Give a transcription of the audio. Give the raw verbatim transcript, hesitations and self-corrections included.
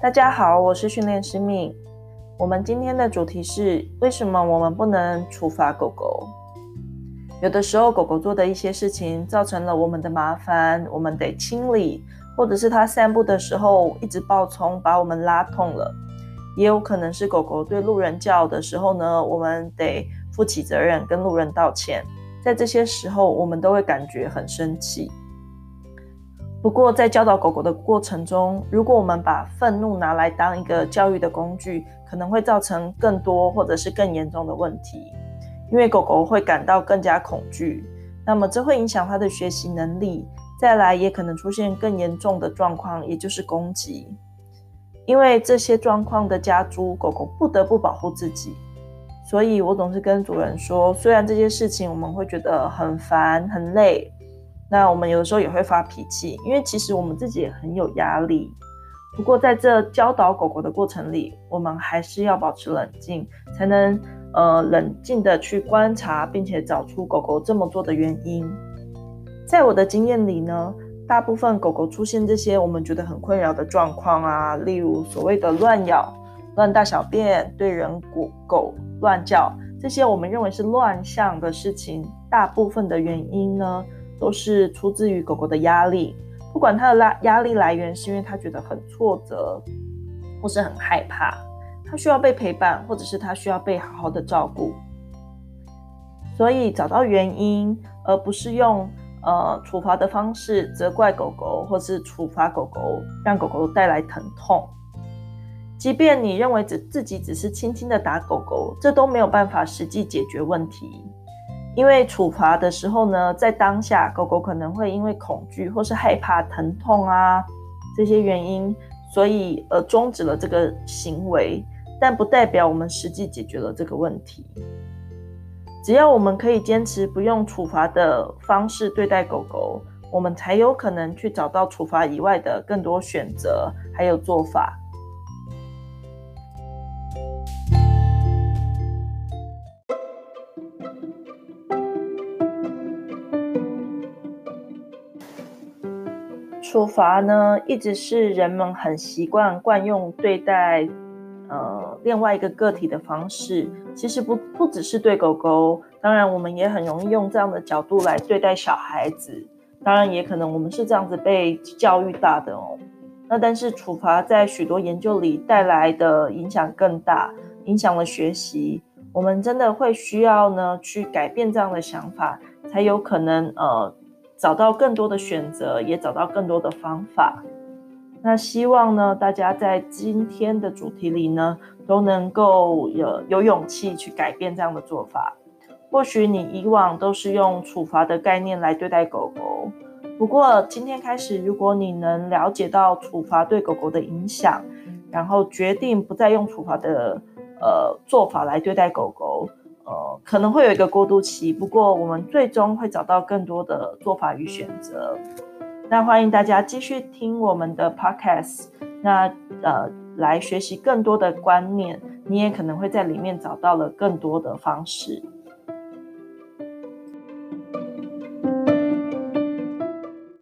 大家好，我是训练师敏。我们今天的主题是为什么我们不能处罚狗狗？有的时候狗狗做的一些事情造成了我们的麻烦，我们得清理，或者是它散步的时候一直暴冲把我们拉痛了。也有可能是狗狗对路人叫的时候呢，我们得负起责任跟路人道歉。在这些时候我们都会感觉很生气。不过在教导狗狗的过程中，如果我们把愤怒拿来当一个教育的工具，可能会造成更多或者是更严重的问题。因为狗狗会感到更加恐惧，那么这会影响它的学习能力，再来也可能出现更严重的状况，也就是攻击。因为这些状况的加诸，狗狗不得不保护自己。所以我总是跟主人说，虽然这些事情我们会觉得很烦很累，那我们有的时候也会发脾气，因为其实我们自己也很有压力。不过在这教导狗狗的过程里，我们还是要保持冷静，才能呃冷静的去观察，并且找出狗狗这么做的原因。在我的经验里呢，大部分狗狗出现这些我们觉得很困扰的状况啊，例如所谓的乱咬、乱大小便、对人狗狗乱叫，这些我们认为是乱象的事情，大部分的原因呢都是出自于狗狗的压力。不管它的压力来源是因为它觉得很挫折，或是很害怕，它需要被陪伴，或者是它需要被好好的照顾。所以找到原因，而不是用呃处罚的方式责怪狗狗，或是处罚狗狗，让狗狗带来疼痛。即便你认为自己只是轻轻的打狗狗，这都没有办法实际解决问题。因为处罚的时候呢，在当下狗狗可能会因为恐惧或是害怕疼痛啊这些原因，所以而终止了这个行为，但不代表我们实际解决了这个问题。只要我们可以坚持不用处罚的方式对待狗狗，我们才有可能去找到处罚以外的更多选择还有做法。处罚呢，一直是人们很习惯惯用对待呃另外一个个体的方式。其实不不只是对狗狗，当然我们也很容易用这样的角度来对待小孩子，当然也可能我们是这样子被教育大的哦。那但是处罚在许多研究里带来的影响更大，影响了学习。我们真的会需要呢去改变这样的想法，才有可能呃找到更多的选择，也找到更多的方法。那希望呢，大家在今天的主题里呢，都能够 有, 有勇气去改变这样的做法。或许你以往都是用处罚的概念来对待狗狗，不过今天开始，如果你能了解到处罚对狗狗的影响，然后决定不再用处罚的呃做法来对待狗狗，呃，可能会有一个过渡期，不过我们最终会找到更多的做法与选择。那欢迎大家继续听我们的 podcast， 那呃来学习更多的观念，你也可能会在里面找到了更多的方式。